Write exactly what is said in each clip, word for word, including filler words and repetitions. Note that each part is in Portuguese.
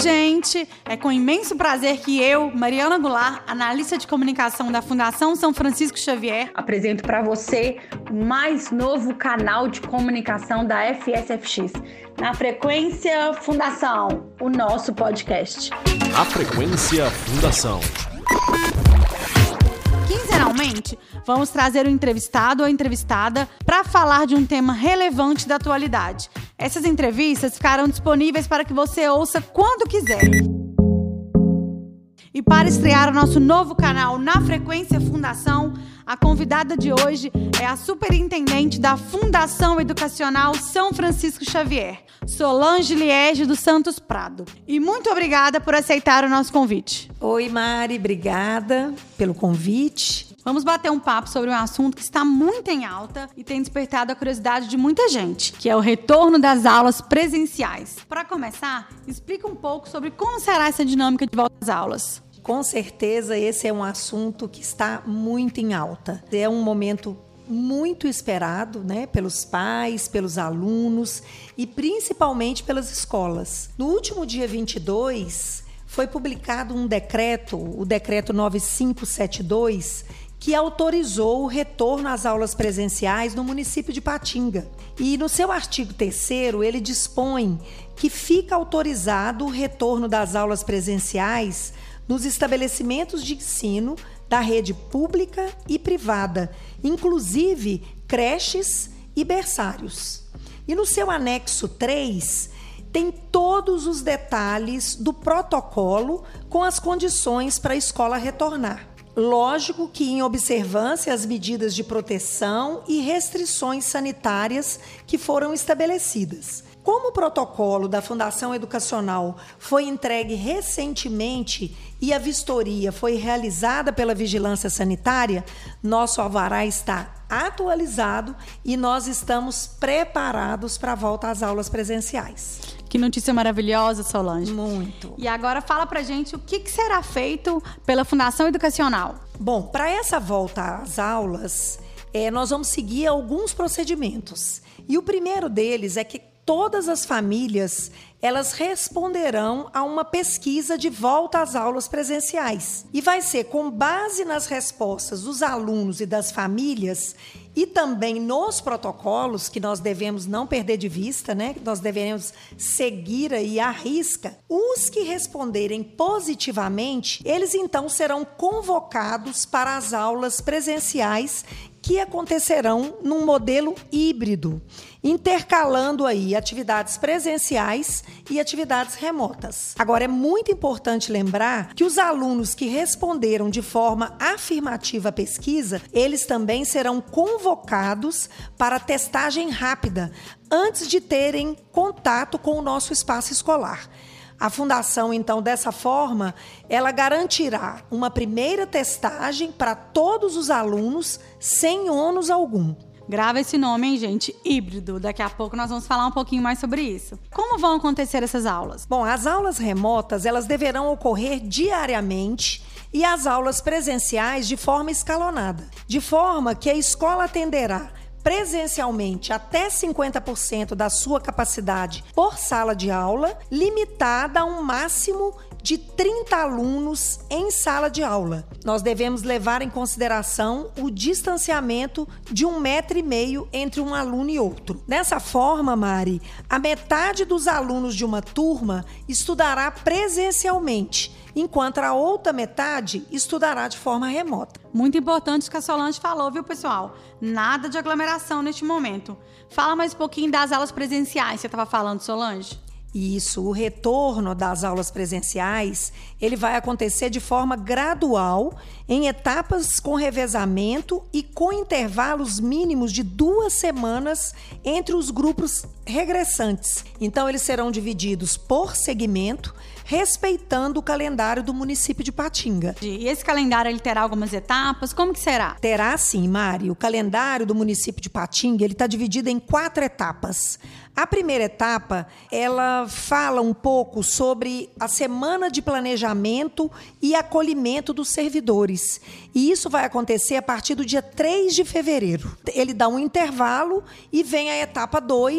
gente! É com imenso prazer que eu, Mariana Goulart, analista de comunicação da Fundação São Francisco Xavier, apresento para você o mais novo canal de comunicação da F S F X, na Frequência Fundação, o nosso podcast. A Frequência Fundação. Quinzenalmente, vamos trazer o entrevistado ou a entrevistada para falar de um tema relevante da atualidade. Essas entrevistas ficarão disponíveis para que você ouça quando quiser. E para estrear o nosso novo canal na Frequência Fundação, a convidada de hoje é a superintendente da Fundação Educacional São Francisco Xavier, Solange Liege dos Santos Prado. E muito obrigada por aceitar o nosso convite. Oi, Mari, obrigada pelo convite. Vamos bater um papo sobre um assunto que está muito em alta e tem despertado a curiosidade de muita gente, que é o retorno das aulas presenciais. Para começar, explica um pouco sobre como será essa dinâmica de volta às aulas. Com certeza, esse é um assunto que está muito em alta. É um momento muito esperado, né, pelos pais, pelos alunos e principalmente pelas escolas. No último dia vinte e dois, foi publicado um decreto, o decreto nove mil quinhentos e setenta e dois, que autorizou o retorno às aulas presenciais no município de Patinga. E no seu artigo terceiro, ele dispõe que fica autorizado o retorno das aulas presenciais nos estabelecimentos de ensino da rede pública e privada, inclusive creches e berçários. E no seu anexo três, tem todos os detalhes do protocolo com as condições para a escola retornar. Lógico que em observância às medidas de proteção e restrições sanitárias que foram estabelecidas. Como o protocolo da Fundação Educacional foi entregue recentemente e a vistoria foi realizada pela Vigilância Sanitária, nosso alvará está atualizado e nós estamos preparados para a volta às aulas presenciais. Que notícia maravilhosa, Solange. Muito. E agora fala pra gente o que, que será feito pela Fundação Educacional. Bom, para essa volta às aulas, é, nós vamos seguir alguns procedimentos. E o primeiro deles é que todas as famílias, elas responderão a uma pesquisa de volta às aulas presenciais. E vai ser com base nas respostas dos alunos e das famílias e também nos protocolos, que nós devemos não perder de vista, né? Que nós devemos seguir aí à risca. Os que responderem positivamente, eles então serão convocados para as aulas presenciais que acontecerão num modelo híbrido, intercalando aí atividades presenciais e atividades remotas. Agora, é muito importante lembrar que os alunos que responderam de forma afirmativa à pesquisa, eles também serão convocados para testagem rápida, antes de terem contato com o nosso espaço escolar. A Fundação, então, dessa forma, ela garantirá uma primeira testagem para todos os alunos sem ônus algum. Grava esse nome, hein, gente? Híbrido. Daqui a pouco nós vamos falar um pouquinho mais sobre isso. Como vão acontecer essas aulas? Bom, as aulas remotas, elas deverão ocorrer diariamente e as aulas presenciais de forma escalonada, de forma que a escola atenderá presencialmente até cinquenta por cento da sua capacidade por sala de aula, limitada a um máximo de trinta alunos em sala de aula. Nós devemos levar em consideração o distanciamento de um metro e meio entre um aluno e outro. Dessa forma, Mari, a metade dos alunos de uma turma estudará presencialmente, enquanto a outra metade estudará de forma remota. Muito importante o que a Solange falou, viu, pessoal? Nada de aglomeração neste momento. Fala mais um pouquinho das aulas presenciais, você estava falando, Solange? Isso, o retorno das aulas presenciais, ele vai acontecer de forma gradual, em etapas com revezamento e com intervalos mínimos de duas semanas entre os grupos regressantes. Então, eles serão divididos por segmento, respeitando o calendário do município de Patinga. E esse calendário, ele terá algumas etapas? Como que será? Terá sim, Mari. O calendário do município de Patinga, ele está dividido em quatro etapas. A primeira etapa, ela fala um pouco sobre a semana de planejamento e acolhimento dos servidores. E isso vai acontecer a partir do dia três de fevereiro. Ele dá um intervalo e vem a etapa dois,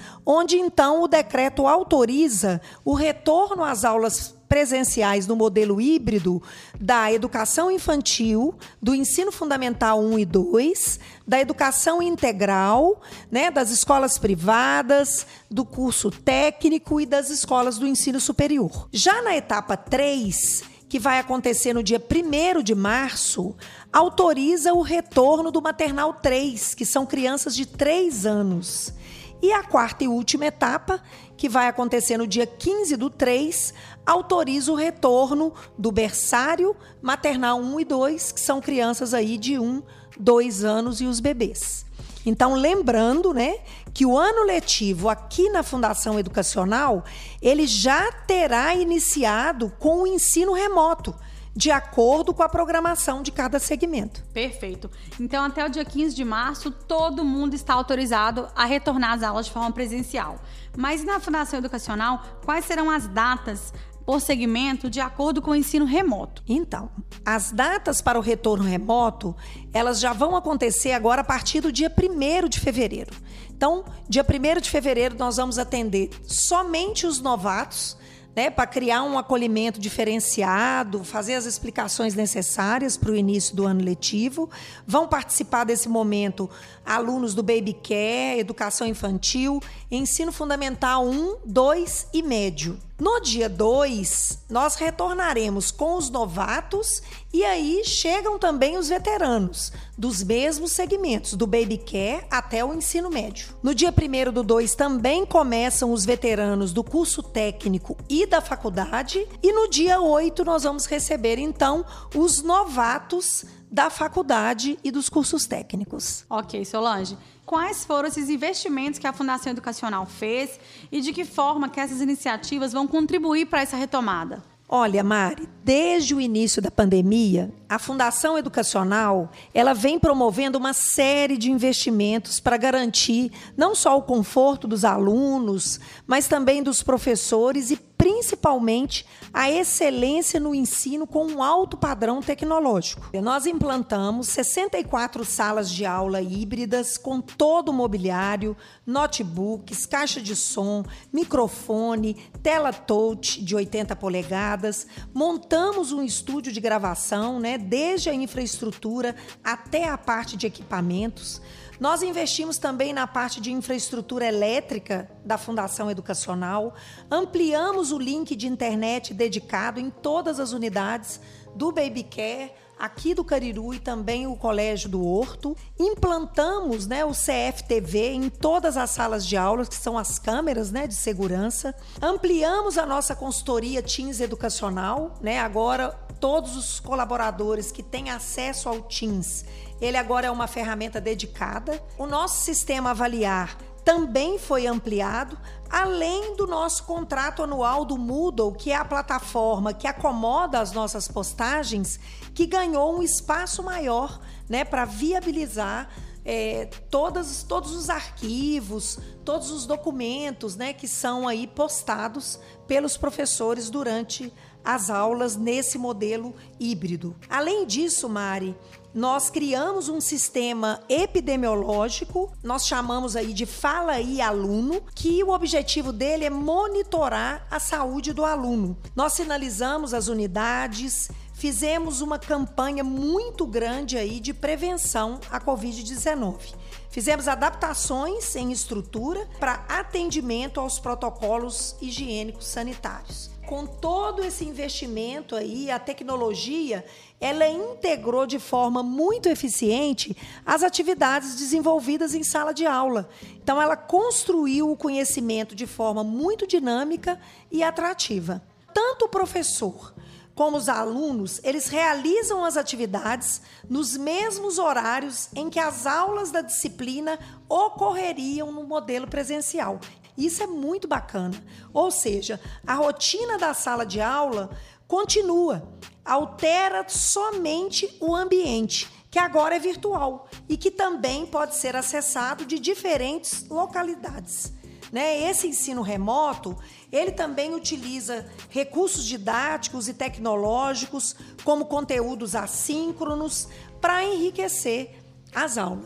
onde então o decreto autoriza o retorno às aulas presenciais no modelo híbrido da educação infantil, do ensino fundamental um e dois, da educação integral, né, das escolas privadas, do curso técnico e das escolas do ensino superior. Já na etapa três, que vai acontecer no dia primeiro de março, autoriza o retorno do maternal três, que são crianças de três anos. E a quarta e última etapa, que vai acontecer no dia quinze do três, autoriza o retorno do berçário, maternal um e dois, que são crianças aí de um, dois anos e os bebês. Então, lembrando, né, que o ano letivo aqui na Fundação Educacional, ele já terá iniciado com o ensino remoto, de acordo com a programação de cada segmento. Perfeito. Então, até o dia quinze de março, todo mundo está autorizado a retornar às aulas de forma presencial. Mas na Fundação Educacional, quais serão as datas por segmento de acordo com o ensino remoto? Então, as datas para o retorno remoto, elas já vão acontecer agora a partir do dia primeiro de fevereiro. Então, dia primeiro de fevereiro, nós vamos atender somente os novatos, né, para criar um acolhimento diferenciado, fazer as explicações necessárias para o início do ano letivo. Vão participar desse momento alunos do Baby Care, Educação Infantil, Ensino Fundamental um, dois e Médio. No dia dois, nós retornaremos com os novatos e aí chegam também os veteranos, dos mesmos segmentos, do Baby Care até o ensino médio. No dia primeiro do dois também começam os veteranos do curso técnico e da faculdade e no dia oito nós vamos receber então os novatos da faculdade e dos cursos técnicos. Ok, Solange. Quais foram esses investimentos que a Fundação Educacional fez e de que forma que essas iniciativas vão contribuir para essa retomada? Olha, Mari, desde o início da pandemia, a Fundação Educacional ela vem promovendo uma série de investimentos para garantir não só o conforto dos alunos, mas também dos professores e principalmente a excelência no ensino com um alto padrão tecnológico. Nós implantamos sessenta e quatro salas de aula híbridas com todo o mobiliário, notebooks, caixa de som, microfone, tela touch de oitenta polegadas. Montamos um estúdio de gravação, né, desde a infraestrutura até a parte de equipamentos. Nós investimos também na parte de infraestrutura elétrica da Fundação Educacional, ampliamos o link de internet dedicado em todas as unidades do Baby Care, aqui do Cariru e também o Colégio do Horto. Implantamos, né, o C F T V em todas as salas de aulas, que são as câmeras, né, de segurança. Ampliamos a nossa consultoria Teams Educacional, né, agora todos os colaboradores que têm acesso ao Teams, ele agora é uma ferramenta dedicada. O nosso sistema Avaliar também foi ampliado, além do nosso contrato anual do Moodle, que é a plataforma que acomoda as nossas postagens, que ganhou um espaço maior, né, para viabilizar é, todas, todos os arquivos, todos os documentos, né, que são aí postados pelos professores durante as aulas nesse modelo híbrido. Além disso, Mari, nós criamos um sistema epidemiológico, nós chamamos aí de Fala Aí Aluno, que o objetivo dele é monitorar a saúde do aluno. Nós sinalizamos as unidades, fizemos uma campanha muito grande aí de prevenção à covid dezenove. Fizemos adaptações em estrutura para atendimento aos protocolos higiênicos sanitários. Com todo esse investimento aí, a tecnologia, ela integrou de forma muito eficiente as atividades desenvolvidas em sala de aula. Então, ela construiu o conhecimento de forma muito dinâmica e atrativa. Tanto o professor como os alunos, eles realizam as atividades nos mesmos horários em que as aulas da disciplina ocorreriam no modelo presencial. Isso é muito bacana. Ou seja, a rotina da sala de aula continua, altera somente o ambiente, que agora é virtual e que também pode ser acessado de diferentes localidades. Né? Esse ensino remoto, ele também utiliza recursos didáticos e tecnológicos, como conteúdos assíncronos, para enriquecer as aulas.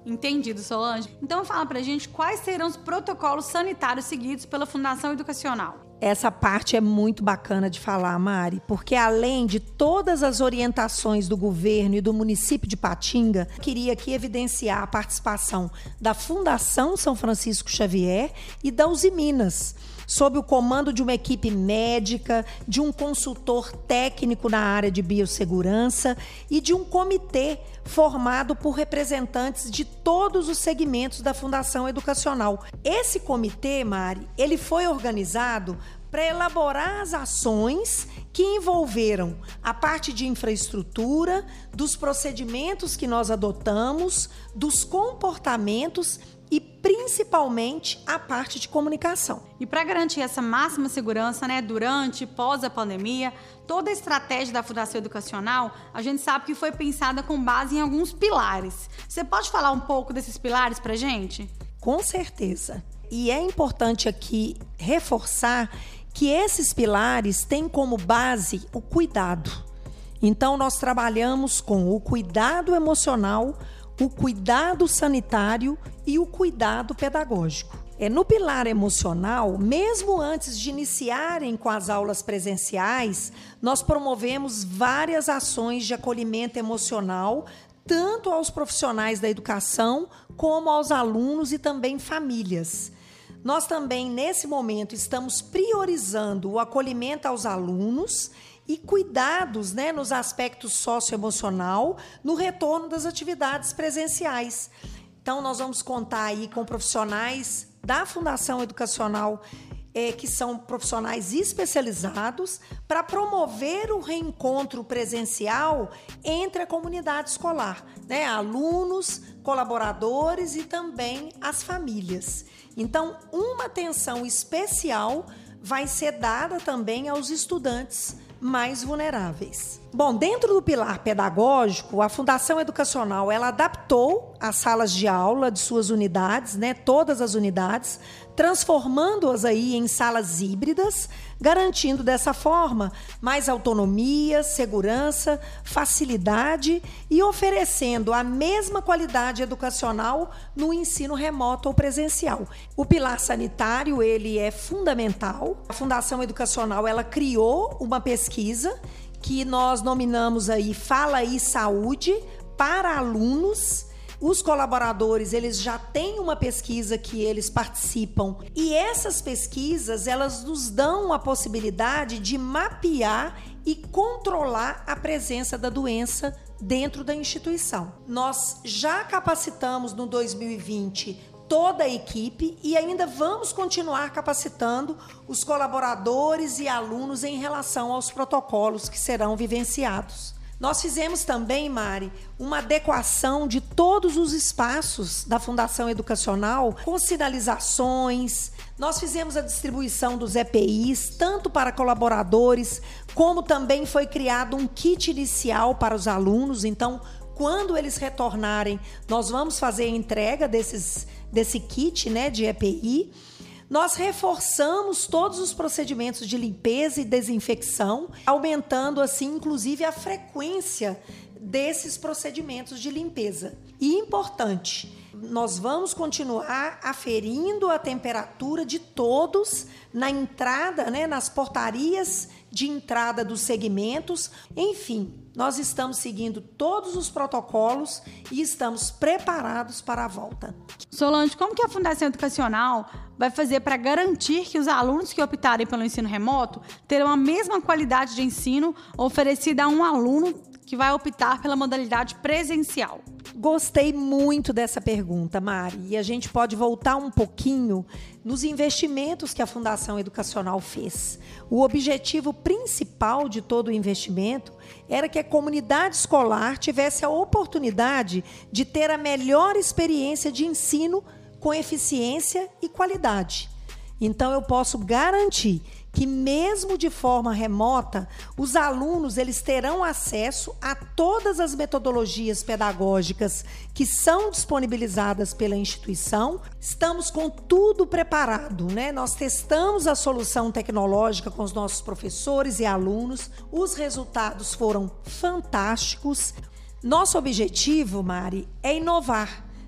Entendido, Solange. Então fala pra gente quais serão os protocolos sanitários seguidos pela Fundação Educacional. Essa parte é muito bacana de falar, Mari, porque além de todas as orientações do governo e do município de Patinga, queria aqui evidenciar a participação da Fundação São Francisco Xavier e da Usiminas, sob o comando de uma equipe médica, de um consultor técnico na área de biossegurança e de um comitê formado por representantes de todos os segmentos da Fundação Educacional. Esse comitê, Mari, ele foi organizado para elaborar as ações que envolveram a parte de infraestrutura, dos procedimentos que nós adotamos, dos comportamentos e principalmente a parte de comunicação. E para garantir essa máxima segurança, né, durante e pós a pandemia, toda a estratégia da Fundação Educacional, a gente sabe que foi pensada com base em alguns pilares. Você pode falar um pouco desses pilares para a gente? Com certeza. E é importante aqui reforçar que esses pilares têm como base o cuidado. Então, nós trabalhamos com o cuidado emocional, o cuidado sanitário e o cuidado pedagógico. É no pilar emocional, mesmo antes de iniciarem com as aulas presenciais, nós promovemos várias ações de acolhimento emocional, tanto aos profissionais da educação, como aos alunos e também famílias. Nós também, nesse momento, estamos priorizando o acolhimento aos alunos e cuidados, né, nos aspectos socioemocional, no retorno das atividades presenciais. Então, nós vamos contar aí com profissionais da Fundação Educacional, é, que são profissionais especializados para promover o reencontro presencial entre a comunidade escolar, né, alunos, colaboradores e também as famílias. Então, uma atenção especial vai ser dada também aos estudantes mais vulneráveis. Bom, dentro do pilar pedagógico, a Fundação Educacional ela adaptou as salas de aula de suas unidades, né, todas as unidades, transformando-as aí em salas híbridas, garantindo dessa forma mais autonomia, segurança, facilidade e oferecendo a mesma qualidade educacional no ensino remoto ou presencial. O pilar sanitário, ele é fundamental. A Fundação Educacional, ela criou uma pesquisa que nós nominamos aí Fala aí Saúde para alunos. Os colaboradores, eles já têm uma pesquisa que eles participam e essas pesquisas, elas nos dão a possibilidade de mapear e controlar a presença da doença dentro da instituição. Nós já capacitamos no dois mil e vinte toda a equipe e ainda vamos continuar capacitando os colaboradores e alunos em relação aos protocolos que serão vivenciados. Nós fizemos também, Mari, uma adequação de todos os espaços da Fundação Educacional com sinalizações. Nós fizemos a distribuição dos E P Is, tanto para colaboradores, como também foi criado um kit inicial para os alunos. Então, quando eles retornarem, nós vamos fazer a entrega desses, desse kit, né, de E P I. Nós reforçamos todos os procedimentos de limpeza e desinfecção, aumentando assim, inclusive, a frequência desses procedimentos de limpeza. E importante, nós vamos continuar aferindo a temperatura de todos na entrada, né, nas portarias de entrada dos segmentos. Enfim, nós estamos seguindo todos os protocolos e estamos preparados para a volta. Solange, como que a Fundação Educacional vai fazer para garantir que os alunos que optarem pelo ensino remoto terão a mesma qualidade de ensino oferecida a um aluno que vai optar pela modalidade presencial? Gostei muito dessa pergunta, Mari. E a gente pode voltar um pouquinho nos investimentos que a Fundação Educacional fez. O objetivo principal de todo o investimento era que a comunidade escolar tivesse a oportunidade de ter a melhor experiência de ensino com eficiência e qualidade. Então, eu posso garantir que mesmo de forma remota, os alunos eles terão acesso a todas as metodologias pedagógicas que são disponibilizadas pela instituição. Estamos com tudo preparado, né? Nós testamos a solução tecnológica com os nossos professores e alunos. Os resultados foram fantásticos. Nosso objetivo, Mari, é inovar,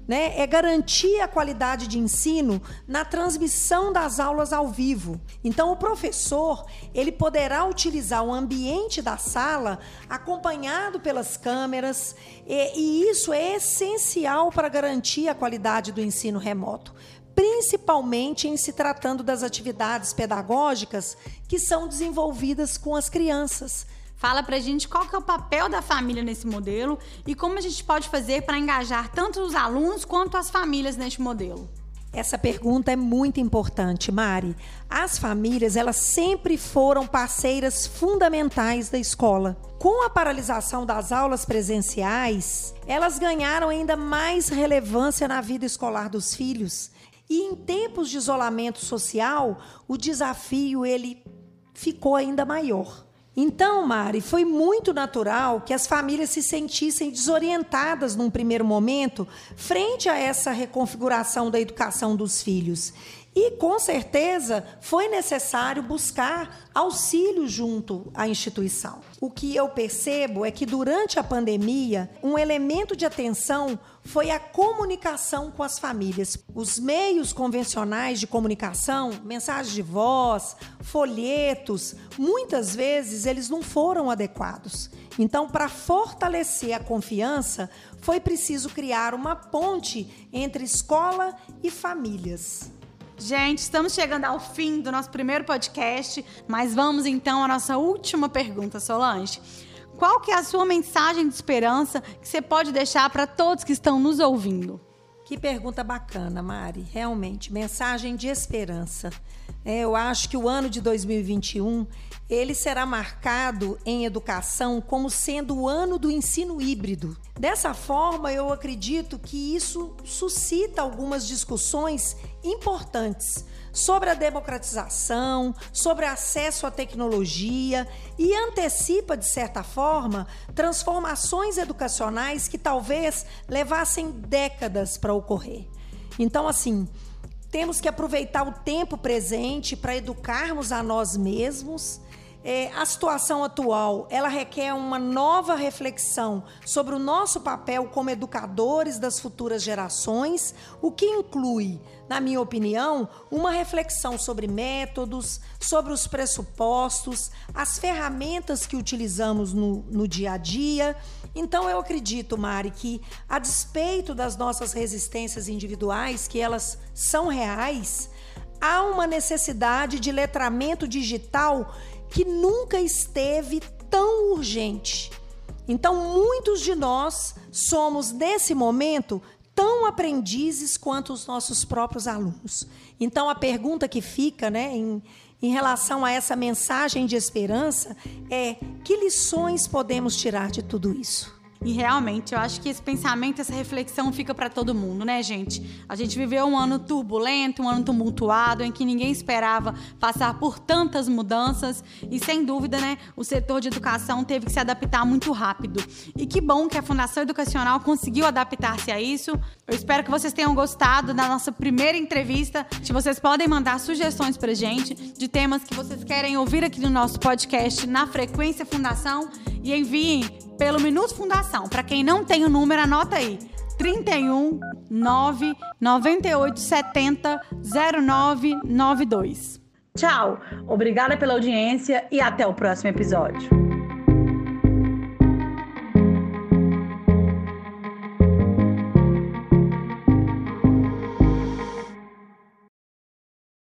né, é garantir a qualidade de ensino na transmissão das aulas ao vivo. Então, o professor, ele poderá utilizar o ambiente da sala acompanhado pelas câmeras, e, e isso é essencial para garantir a qualidade do ensino remoto, principalmente em se tratando das atividades pedagógicas que são desenvolvidas com as crianças. Fala pra gente qual que é o papel da família nesse modelo e como a gente pode fazer para engajar tanto os alunos quanto as famílias neste modelo. Essa pergunta é muito importante, Mari. As famílias, elas sempre foram parceiras fundamentais da escola. Com a paralisação das aulas presenciais, elas ganharam ainda mais relevância na vida escolar dos filhos. E em tempos de isolamento social, o desafio ele ficou ainda maior. Então, Mari, foi muito natural que as famílias se sentissem desorientadas num primeiro momento frente a essa reconfiguração da educação dos filhos. E, com certeza, foi necessário buscar auxílio junto à instituição. O que eu percebo é que, durante a pandemia, um elemento de atenção foi a comunicação com as famílias. Os meios convencionais de comunicação, mensagens de voz, folhetos, muitas vezes eles não foram adequados. Então, para fortalecer a confiança, foi preciso criar uma ponte entre escola e famílias. Gente, estamos chegando ao fim do nosso primeiro podcast, mas vamos então à nossa última pergunta, Solange. Qual que é a sua mensagem de esperança que você pode deixar para todos que estão nos ouvindo? Que pergunta bacana, Mari. Realmente, mensagem de esperança. É, eu acho que o ano de dois mil e vinte e um, ele será marcado em educação como sendo o ano do ensino híbrido. Dessa forma, eu acredito que isso suscita algumas discussões importantes sobre a democratização, sobre acesso à tecnologia e antecipa, de certa forma, transformações educacionais que talvez levassem décadas para ocorrer. Então, assim, temos que aproveitar o tempo presente para educarmos a nós mesmos. É, a situação atual, ela requer uma nova reflexão sobre o nosso papel como educadores das futuras gerações, o que inclui, na minha opinião, uma reflexão sobre métodos, sobre os pressupostos, as ferramentas que utilizamos no, no dia a dia. Então, eu acredito, Mari, que a despeito das nossas resistências individuais, que elas são reais, há uma necessidade de letramento digital que nunca esteve tão urgente. Então, muitos de nós somos, nesse momento, tão aprendizes quanto os nossos próprios alunos. Então, a pergunta que fica, né, em, em relação a essa mensagem de esperança é: que lições podemos tirar de tudo isso? E realmente, eu acho que esse pensamento, essa reflexão fica para todo mundo, né, gente? A gente viveu um ano turbulento, um ano tumultuado, em que ninguém esperava passar por tantas mudanças e, sem dúvida, né, o setor de educação teve que se adaptar muito rápido. E que bom que a Fundação Educacional conseguiu adaptar-se a isso. Eu espero que vocês tenham gostado da nossa primeira entrevista. Vocês podem mandar sugestões pra gente de temas que vocês querem ouvir aqui no nosso podcast na Frequência Fundação e enviem pelo Minuto Fundação. Para quem não tem o número, anota aí: trinta e um, nove, noventa e oito, setenta, zero nove nove dois. Tchau, obrigada pela audiência e até o próximo episódio.